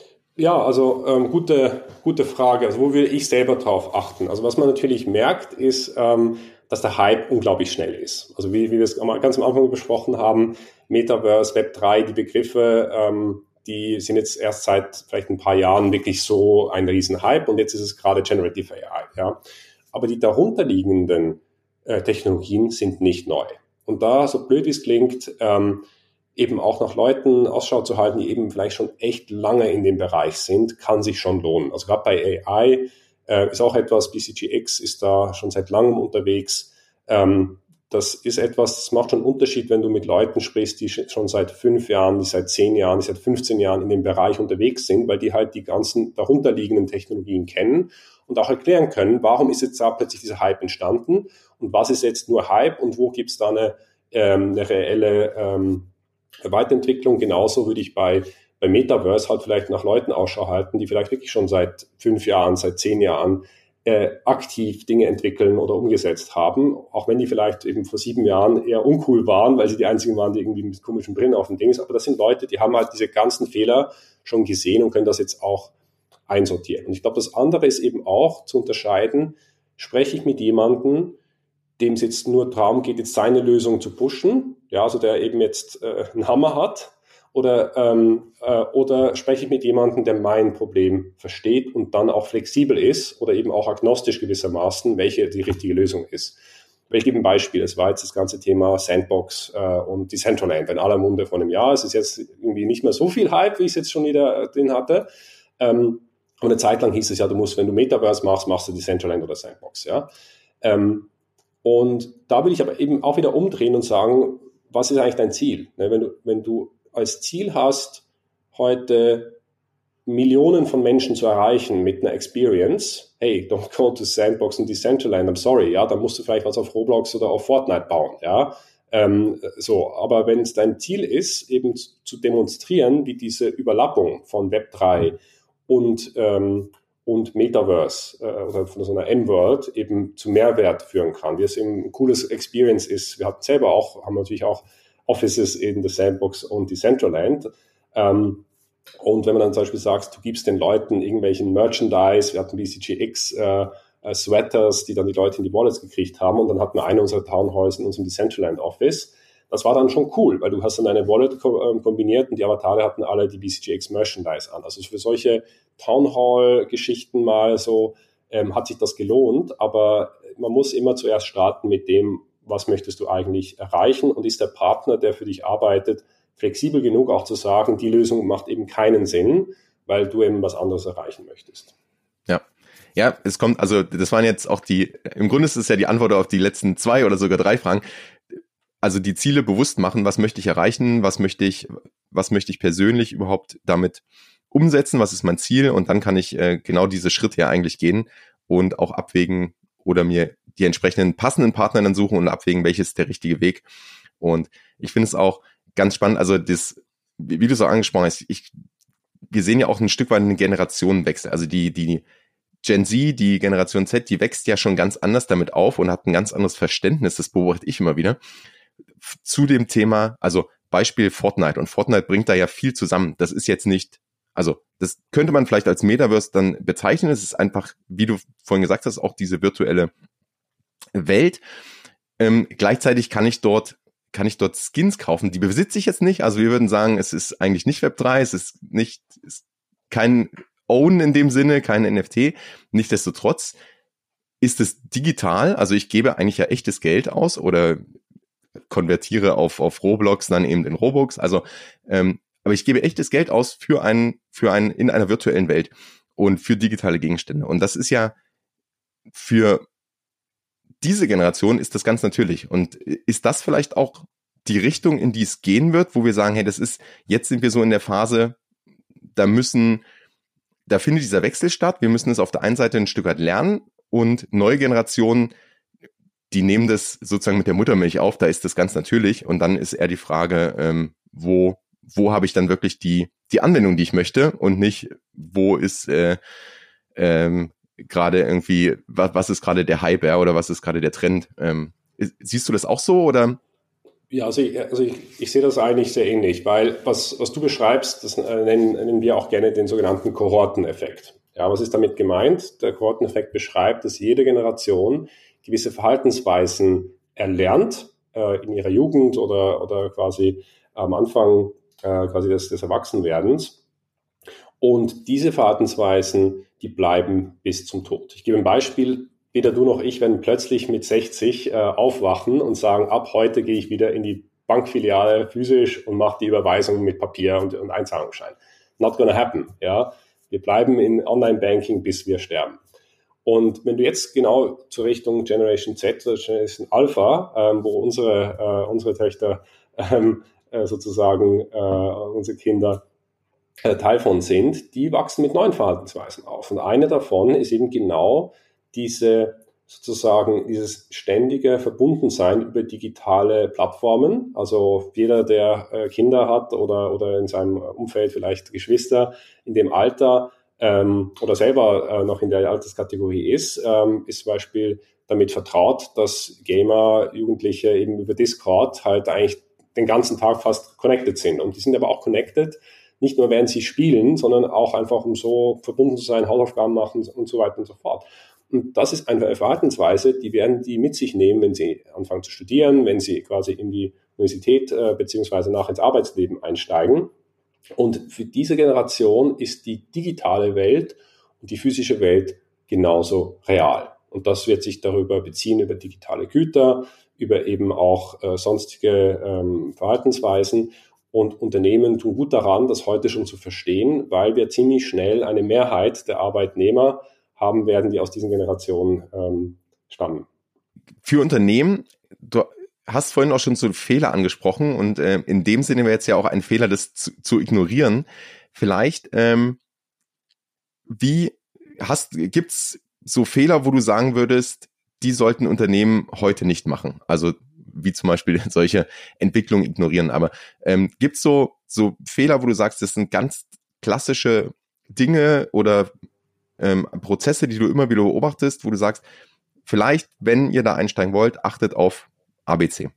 Ja, also ähm, gute, gute Frage. Also wo würde ich selber drauf achten? Also was man natürlich merkt, ist, ähm, dass der Hype unglaublich schnell ist. Also wie, wie wir es ganz am Anfang besprochen haben, Metaverse, Web drei, die Begriffe, ähm, die sind jetzt erst seit vielleicht ein paar Jahren wirklich so ein Riesenhype und jetzt ist es gerade Generative A I. Ja. Aber die darunterliegenden äh, Technologien sind nicht neu. Und da, so blöd wie es klingt, ähm, eben auch nach Leuten Ausschau zu halten, die eben vielleicht schon echt lange in dem Bereich sind, kann sich schon lohnen. Also gerade bei A I äh, ist auch etwas, B C G X ist da schon seit langem unterwegs. Ähm, das ist etwas, das macht schon einen Unterschied, wenn du mit Leuten sprichst, die schon seit fünf Jahren, die seit zehn Jahren, die seit fünfzehn Jahren in dem Bereich unterwegs sind, weil die halt die ganzen darunterliegenden Technologien kennen und auch erklären können, warum ist jetzt da plötzlich dieser Hype entstanden und was ist jetzt nur Hype und wo gibt es da eine, ähm, eine reelle ähm, Weiterentwicklung. Genauso würde ich bei, bei Metaverse halt vielleicht nach Leuten Ausschau halten, die vielleicht wirklich schon seit fünf Jahren, seit zehn Jahren äh, aktiv Dinge entwickeln oder umgesetzt haben, auch wenn die vielleicht eben vor sieben Jahren eher uncool waren, weil sie die einzigen waren, die irgendwie mit komischen Brillen auf dem Ding ist. Aber das sind Leute, die haben halt diese ganzen Fehler schon gesehen und können das jetzt auch einsortieren. Und ich glaube, das andere ist eben auch zu unterscheiden, spreche ich mit jemandem, dem es jetzt nur darum geht, jetzt seine Lösung zu pushen, ja, also der eben jetzt äh, einen Hammer hat, oder, ähm, äh, oder spreche ich mit jemandem, der mein Problem versteht und dann auch flexibel ist oder eben auch agnostisch gewissermaßen, welche die richtige Lösung ist. Ich gebe ein Beispiel. Es war jetzt das ganze Thema Sandbox äh, und Decentraland in aller Munde vor einem Jahr. Es ist jetzt irgendwie nicht mehr so viel Hype, wie ich es jetzt schon wieder drin hatte. Ähm, und eine Zeit lang hieß es ja, du musst, wenn du Metaverse machst, machst du Decentraland oder Sandbox. Ja. Ähm, und da will ich aber eben auch wieder umdrehen und sagen, was ist eigentlich dein Ziel? Ne, wenn du, wenn du als Ziel hast, heute Millionen von Menschen zu erreichen mit einer Experience, hey, don't go to Sandbox und Decentraland, I'm sorry, ja, dann musst du vielleicht was auf Roblox oder auf Fortnite bauen, ja, ähm, so, aber wenn es dein Ziel ist, eben zu, zu demonstrieren, wie diese Überlappung von Web drei und, ähm, und Metaverse äh, oder von so einer M-World eben zu Mehrwert führen kann, wie es eben ein cooles Experience ist. Wir hatten selber auch, haben natürlich auch Offices in der Sandbox und Decentraland, ähm, und wenn man dann zum Beispiel sagt, du gibst den Leuten irgendwelchen Merchandise, wir hatten B C G X äh, äh, Sweaters, die dann die Leute in die Wallets gekriegt haben, und dann hatten wir eine unserer Townhalls in unserem Decentraland Office. Das war dann schon cool, weil du hast dann eine Wallet ko- äh, kombiniert und die Avatare hatten alle die B C G X Merchandise an. Also für solche Townhall-Geschichten mal so ähm, hat sich das gelohnt, aber man muss immer zuerst starten mit dem, was möchtest du eigentlich erreichen, und ist der Partner, der für dich arbeitet, flexibel genug auch zu sagen, die Lösung macht eben keinen Sinn, weil du eben was anderes erreichen möchtest. Ja. Ja, es kommt, also das waren jetzt auch die, im Grunde ist es ja die Antwort auf die letzten zwei oder sogar drei Fragen. Also die Ziele bewusst machen, was möchte ich erreichen, was möchte ich, was möchte ich persönlich überhaupt damit umsetzen, was ist mein Ziel, und dann kann ich äh, genau diese Schritte ja eigentlich gehen und auch abwägen oder mir die entsprechenden passenden Partner dann suchen und abwägen, welches ist der richtige Weg. Und ich finde es auch ganz spannend, also das, wie du es auch angesprochen hast, ich, wir sehen ja auch ein Stück weit einen Generationenwechsel. Also die, die Gen Z, die Generation Z, die wächst ja schon ganz anders damit auf und hat ein ganz anderes Verständnis, das beobachte ich immer wieder, zu dem Thema, also Beispiel Fortnite. Und Fortnite bringt da ja viel zusammen. Das ist jetzt nicht, also das könnte man vielleicht als Metaverse dann bezeichnen. Es ist einfach, wie du vorhin gesagt hast, auch diese virtuelle Welt. Ähm, gleichzeitig kann ich dort kann ich dort Skins kaufen, die besitze ich jetzt nicht. Also wir würden sagen, es ist eigentlich nicht Web drei, es ist nicht, ist kein Own in dem Sinne, kein N F T. Nichtsdestotrotz ist es digital, also ich gebe eigentlich ja echtes Geld aus oder konvertiere auf, auf Roblox, dann eben in Robux. Also, ähm, aber ich gebe echtes Geld aus für einen, für einen, in einer virtuellen Welt und für digitale Gegenstände. Und das ist ja für diese Generation ist das ganz natürlich. Und ist das vielleicht auch die Richtung, in die es gehen wird, wo wir sagen, hey, das ist, jetzt sind wir so in der Phase, da müssen, da findet dieser Wechsel statt. Wir müssen es auf der einen Seite ein Stück weit lernen und neue Generationen, die nehmen das sozusagen mit der Muttermilch auf, da ist das ganz natürlich. Und dann ist eher die Frage, ähm, wo, wo habe ich dann wirklich die, die Anwendung, die ich möchte, und nicht, wo ist, äh, ähm, gerade irgendwie, was, was ist gerade der Hype, ja, oder was ist gerade der Trend? Ähm, siehst du das auch so, oder? Ja, also ich, also ich, ich sehe das eigentlich sehr ähnlich, weil was, was du beschreibst, das nennen, nennen wir auch gerne den sogenannten Kohorteneffekt. Ja, was ist damit gemeint? Der Kohorteneffekt beschreibt, dass jede Generation gewisse Verhaltensweisen erlernt äh, in ihrer Jugend oder, oder quasi am Anfang äh, quasi des, des Erwachsenwerdens. Und diese Verhaltensweisen, die bleiben bis zum Tod. Ich gebe ein Beispiel. Weder du noch ich werden plötzlich mit sechzig äh, aufwachen und sagen, ab heute gehe ich wieder in die Bankfiliale physisch und mache die Überweisung mit Papier und, und Einzahlungsschein. Not gonna happen. Ja, wir bleiben in Online-Banking, bis wir sterben. Und wenn du jetzt genau zur Richtung Generation Z oder Generation Alpha, ähm, wo unsere, äh, unsere Töchter ähm, äh, sozusagen, äh, unsere Kinder äh, Teil von sind, die wachsen mit neuen Verhaltensweisen auf. Und eine davon ist eben genau diese sozusagen dieses ständige Verbundensein über digitale Plattformen. Also jeder, der äh, Kinder hat oder, oder in seinem Umfeld vielleicht Geschwister in dem Alter ähm, oder selber äh, noch in der Alterskategorie ist, ähm, ist zum Beispiel damit vertraut, dass Gamer, Jugendliche eben über Discord halt eigentlich den ganzen Tag fast connected sind. Und die sind aber auch connected, nicht nur während sie spielen, sondern auch einfach, um so verbunden zu sein, Hausaufgaben machen und so weiter und so fort. Und das ist eine Verhaltensweise, die werden die mit sich nehmen, wenn sie anfangen zu studieren, wenn sie quasi in die Universität äh, beziehungsweise nach ins Arbeitsleben einsteigen. Und für diese Generation ist die digitale Welt und die physische Welt genauso real. Und das wird sich darüber beziehen, über digitale Güter, über eben auch äh, sonstige ähm, Verhaltensweisen. Und Unternehmen tun gut daran, das heute schon zu verstehen, weil wir ziemlich schnell eine Mehrheit der Arbeitnehmer haben werden, die aus diesen Generationen ähm, stammen. Für Unternehmen, du hast vorhin auch schon so Fehler angesprochen und äh, in dem Sinne wäre jetzt ja auch ein Fehler, das zu, zu ignorieren. Vielleicht, ähm, wie hast, gibt's so Fehler, wo du sagen würdest, die sollten Unternehmen heute nicht machen? Also wie zum Beispiel solche Entwicklungen ignorieren. Aber ähm, gibt's so so Fehler, wo du sagst, das sind ganz klassische Dinge oder ähm, Prozesse, die du immer wieder beobachtest, wo du sagst, vielleicht, wenn ihr da einsteigen wollt, achtet auf A B C.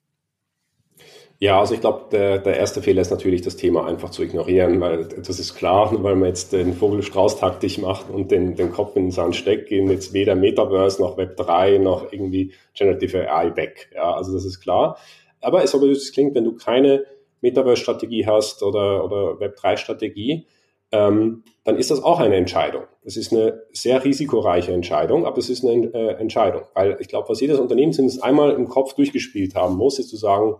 Ja, also ich glaube, der, der erste Fehler ist natürlich, das Thema einfach zu ignorieren, weil das ist klar, weil man jetzt den Vogel-Strauß-Taktik macht und den, den Kopf in den Sand steckt, gehen jetzt weder Metaverse noch Web drei noch irgendwie Generative A I weg. Ja, also das ist klar. Aber es, so wie es klingt, wenn du keine Metaverse-Strategie hast oder, oder Web drei Strategie, ähm, dann ist das auch eine Entscheidung. Es ist eine sehr risikoreiche Entscheidung, aber es ist eine äh, Entscheidung. Weil ich glaube, was jedes Unternehmen zumindest einmal im Kopf durchgespielt haben muss, ist zu sagen,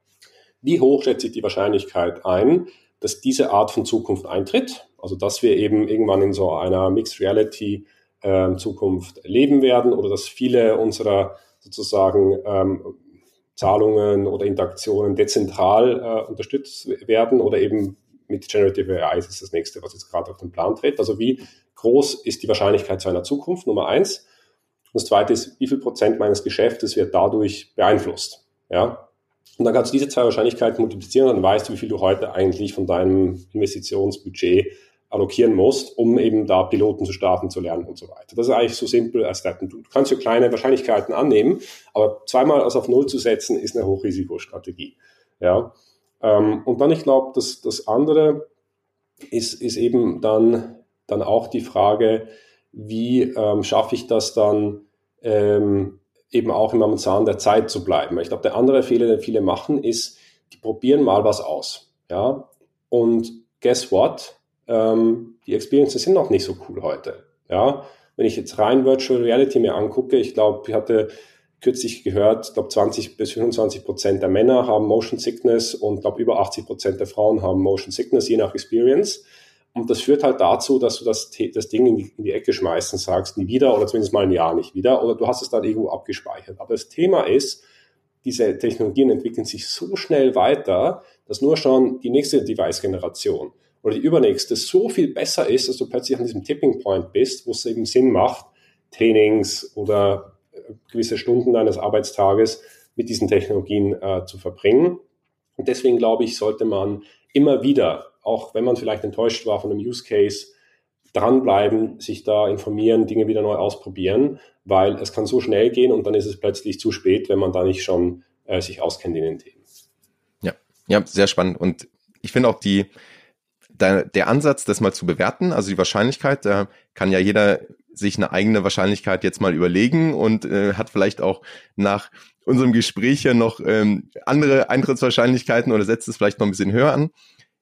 wie hoch schätze ich die Wahrscheinlichkeit ein, dass diese Art von Zukunft eintritt? Also, dass wir eben irgendwann in so einer Mixed Reality äh, Zukunft leben werden oder dass viele unserer sozusagen ähm, Zahlungen oder Interaktionen dezentral äh, unterstützt werden oder eben mit Generative A I ist das nächste, was jetzt gerade auf den Plan tritt. Also, wie groß ist die Wahrscheinlichkeit zu einer Zukunft? Nummer eins. Und das zweite ist, wie viel Prozent meines Geschäftes wird dadurch beeinflusst? Ja. Und dann kannst du diese zwei Wahrscheinlichkeiten multiplizieren und dann weißt du, wie viel du heute eigentlich von deinem Investitionsbudget allokieren musst, um eben da Piloten zu starten, zu lernen und so weiter. Das ist eigentlich so simpel als that. Du kannst ja kleine Wahrscheinlichkeiten annehmen, aber zweimal also auf Null zu setzen, ist eine Hochrisikostrategie. Ja. Und dann, ich glaube, das, das andere ist, ist eben dann, dann auch die Frage, wie ähm, schaffe ich das dann, ähm, eben auch im Zahn der Zeit zu bleiben. Ich glaube, der andere Fehler, den viele machen, ist, die probieren mal was aus. Ja? Und guess what? Ähm, die Experiences sind noch nicht so cool heute. Ja? Wenn ich jetzt rein Virtual Reality mir angucke, ich glaube, ich hatte kürzlich gehört, ich glaube zwanzig bis fünfundzwanzig Prozent der Männer haben Motion Sickness und ich glaube über achtzig Prozent der Frauen haben Motion Sickness, je nach Experience. Und das führt halt dazu, dass du das, das Ding in die, in die Ecke schmeißt und sagst, nie wieder oder zumindest mal ein Jahr nicht wieder oder du hast es dann irgendwo abgespeichert. Aber das Thema ist, diese Technologien entwickeln sich so schnell weiter, dass nur schon die nächste Device-Generation oder die übernächste so viel besser ist, dass du plötzlich an diesem Tipping Point bist, wo es eben Sinn macht, Trainings oder gewisse Stunden deines Arbeitstages mit diesen Technologien äh, zu verbringen. Und deswegen glaube ich, sollte man immer wieder, auch wenn man vielleicht enttäuscht war von einem Use Case, dranbleiben, sich da informieren, Dinge wieder neu ausprobieren, weil es kann so schnell gehen und dann ist es plötzlich zu spät, wenn man da nicht schon äh, sich auskennt in den Themen. Ja, ja, sehr spannend. Und ich finde auch die, der, der Ansatz, das mal zu bewerten, also die Wahrscheinlichkeit, da kann ja jeder sich eine eigene Wahrscheinlichkeit jetzt mal überlegen und äh, hat vielleicht auch nach unserem Gespräch hier noch ähm, andere Eintrittswahrscheinlichkeiten oder setzt es vielleicht noch ein bisschen höher an.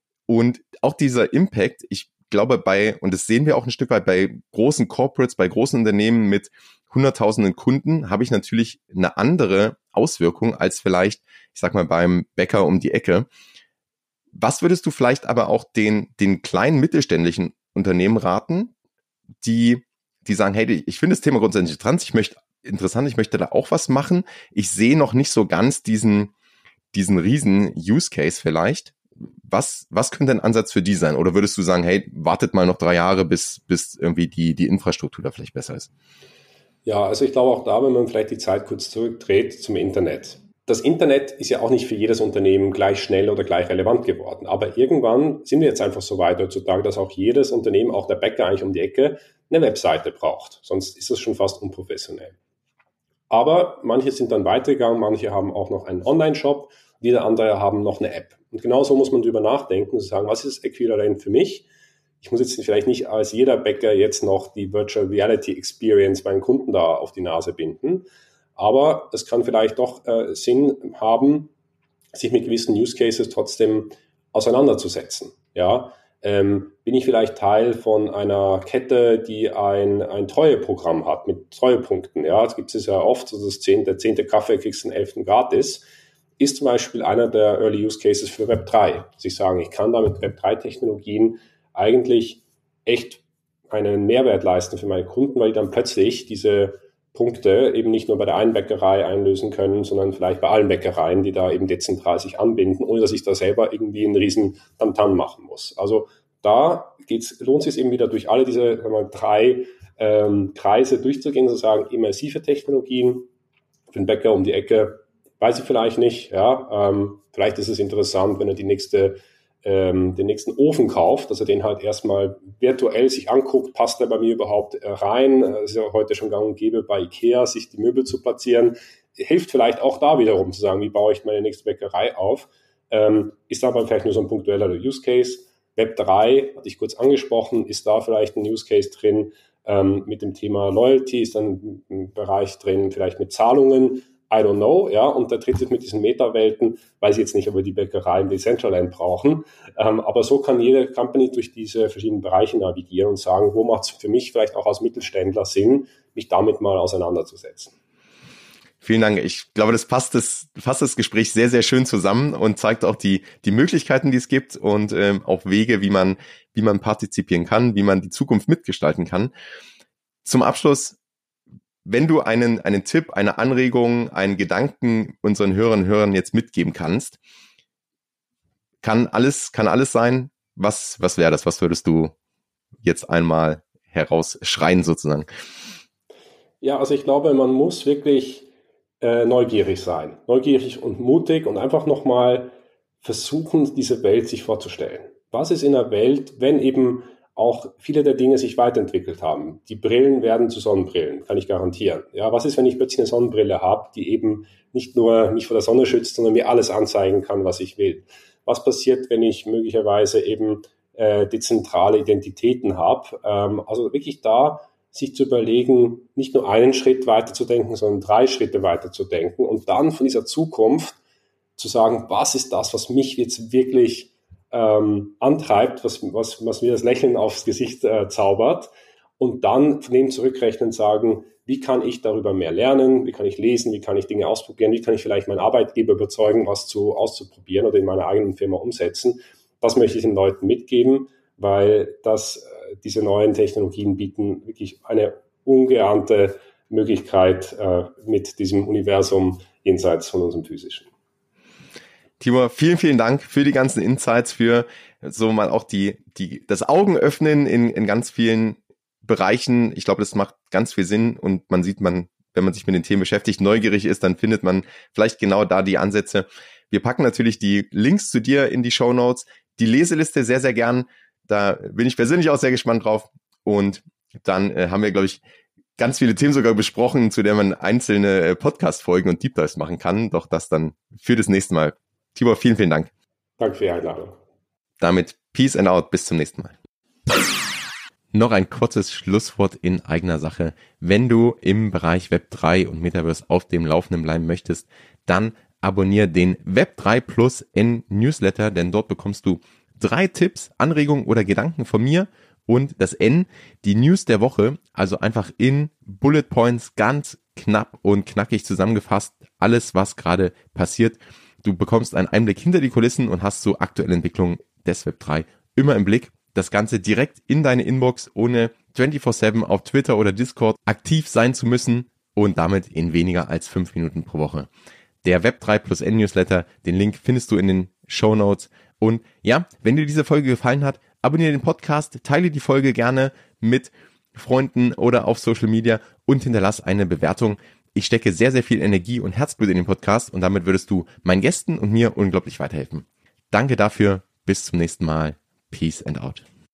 Und auch dieser Impact, ich glaube bei, und das sehen wir auch ein Stück weit bei großen Corporates, bei großen Unternehmen mit hunderttausenden Kunden, habe ich natürlich eine andere Auswirkung als vielleicht, ich sag mal, beim Bäcker um die Ecke. Was würdest du vielleicht aber auch den, den kleinen mittelständischen Unternehmen raten, die, die sagen, hey, ich finde das Thema grundsätzlich interessant, ich möchte, interessant, ich möchte da auch was machen. Ich sehe noch nicht so ganz diesen, diesen riesen Use Case vielleicht. Was, was könnte ein Ansatz für die sein? Oder würdest du sagen, hey, wartet mal noch drei Jahre, bis, bis irgendwie die, die Infrastruktur da vielleicht besser ist? Ja, also ich glaube auch da, wenn man vielleicht die Zeit kurz zurückdreht zum Internet. Das Internet ist ja auch nicht für jedes Unternehmen gleich schnell oder gleich relevant geworden. Aber irgendwann sind wir jetzt einfach so weit heutzutage, dass auch jedes Unternehmen, auch der Bäcker eigentlich um die Ecke, eine Webseite braucht. Sonst ist das schon fast unprofessionell. Aber manche sind dann weitergegangen, manche haben auch noch einen Online-Shop, wieder andere haben noch eine App. Und genauso muss man drüber nachdenken und sagen, was ist das Äquivalent für mich? ich muss jetzt vielleicht nicht als jeder Bäcker jetzt noch die Virtual Reality Experience meinen Kunden da auf die Nase binden, aber es kann vielleicht doch äh, Sinn haben, sich mit gewissen Use Cases trotzdem auseinanderzusetzen. Ja, ähm, bin ich vielleicht Teil von einer Kette, die ein, ein Treueprogramm hat mit Treuepunkten. Ja, das gibt es ja oft, so das zehnte, der zehnte Kaffee kriegst du den elften gratis. Ist zum Beispiel einer der Early Use Cases für Web drei. Sie sagen, ich kann da mit Web drei Technologien eigentlich echt einen Mehrwert leisten für meine Kunden, weil die dann plötzlich diese Punkte eben nicht nur bei der einen Bäckerei einlösen können, sondern vielleicht bei allen Bäckereien, die da eben dezentral sich anbinden, ohne dass ich da selber irgendwie einen riesen Tamtam machen muss. Also da geht's, lohnt es sich eben wieder durch alle diese sagen wir mal, drei ähm, Kreise durchzugehen, sozusagen immersive Technologien für den Bäcker um die Ecke, weiß ich vielleicht nicht. Ja, ähm, vielleicht ist es interessant, wenn er die nächste Ähm, den nächsten Ofen kauft, dass er den halt erstmal virtuell sich anguckt, passt er bei mir überhaupt äh, rein? Es ist ja heute schon gang und gäbe bei Ikea, sich die Möbel zu platzieren. Hilft vielleicht auch da wiederum zu sagen, wie baue ich meine nächste Bäckerei auf? Ähm, ist aber vielleicht nur so ein punktueller Use Case. Web drei, hatte ich kurz angesprochen, ist da vielleicht ein Use Case drin. Ähm, mit dem Thema Loyalty ist dann ein Bereich drin, vielleicht mit Zahlungen. I don't know, ja, und der dritte mit diesen Meta-Welten, weiß ich jetzt nicht, ob wir die Bäckerei im Decentraland brauchen, ähm, aber so kann jede Company durch diese verschiedenen Bereiche navigieren und sagen, wo macht es für mich vielleicht auch als Mittelständler Sinn, mich damit mal auseinanderzusetzen. Vielen Dank. Ich glaube, das passt das, fasst das Gespräch sehr, sehr schön zusammen und zeigt auch die, die Möglichkeiten, die es gibt und ähm, auch Wege, wie man, wie man partizipieren kann, wie man die Zukunft mitgestalten kann. Zum Abschluss, wenn du einen, einen Tipp, eine Anregung, einen Gedanken unseren Hörerinnen und Hörern jetzt mitgeben kannst, kann alles, kann alles sein. Was, was wäre das? Was würdest du jetzt einmal herausschreien sozusagen? Ja, also ich glaube, man muss wirklich äh, neugierig sein. Neugierig und mutig und einfach nochmal versuchen, diese Welt sich vorzustellen. Was ist in der Welt, wenn eben auch viele der Dinge sich weiterentwickelt haben. Die Brillen werden zu Sonnenbrillen, kann ich garantieren. Ja, was ist, wenn ich plötzlich eine Sonnenbrille habe, die eben nicht nur mich vor der Sonne schützt, sondern mir alles anzeigen kann, was ich will? Was passiert, wenn ich möglicherweise eben äh, dezentrale Identitäten habe? Ähm, also wirklich da sich zu überlegen, nicht nur einen Schritt weiterzudenken, sondern drei Schritte weiterzudenken und dann von dieser Zukunft zu sagen, was ist das, was mich jetzt wirklich Ähm, antreibt, was, was, was mir das Lächeln aufs Gesicht äh, zaubert und dann von dem zurückrechnen und sagen, wie kann ich darüber mehr lernen, wie kann ich lesen, wie kann ich Dinge ausprobieren, wie kann ich vielleicht meinen Arbeitgeber überzeugen, was zu auszuprobieren oder in meiner eigenen Firma umsetzen. Das möchte ich den Leuten mitgeben, weil das, äh, diese neuen Technologien bieten wirklich eine ungeahnte Möglichkeit äh, mit diesem Universum jenseits von unserem physischen. Tibor, vielen, vielen Dank für die ganzen Insights, für so mal auch die, die, das Augenöffnen in, in ganz vielen Bereichen. Ich glaube, das macht ganz viel Sinn und man sieht, man, wenn man sich mit den Themen beschäftigt, neugierig ist, dann findet man vielleicht genau da die Ansätze. Wir packen natürlich die Links zu dir in die Shownotes, die Leseliste sehr, sehr gern. Da bin ich persönlich auch sehr gespannt drauf. Und dann äh, haben wir, glaube ich, ganz viele Themen sogar besprochen, zu denen man einzelne äh, Podcast-Folgen und Deep Dives machen kann. Doch das dann für das nächste Mal. Tibor, vielen, vielen Dank. Danke für die Einladung. Damit Peace and out, bis zum nächsten Mal. Noch ein kurzes Schlusswort in eigener Sache. Wenn du im Bereich Web drei und Metaverse auf dem Laufenden bleiben möchtest, dann abonniere den Web drei Plus N Newsletter, denn dort bekommst du drei Tipps, Anregungen oder Gedanken von mir und das N, die News der Woche, also einfach in Bullet Points ganz knapp und knackig zusammengefasst, alles, was gerade passiert. Du bekommst einen Einblick hinter die Kulissen und hast so aktuelle Entwicklungen des Web drei immer im Blick. Das Ganze direkt in deine Inbox, ohne vierundzwanzig sieben auf Twitter oder Discord aktiv sein zu müssen und damit in weniger als fünf Minuten pro Woche. Der Web drei Plus N Newsletter, den Link findest du in den Shownotes. Und ja, wenn dir diese Folge gefallen hat, abonniere den Podcast, teile die Folge gerne mit Freunden oder auf Social Media und hinterlass eine Bewertung. Ich stecke sehr, sehr viel Energie und Herzblut in den Podcast und damit würdest du meinen Gästen und mir unglaublich weiterhelfen. Danke dafür. Bis zum nächsten Mal. Peace and out.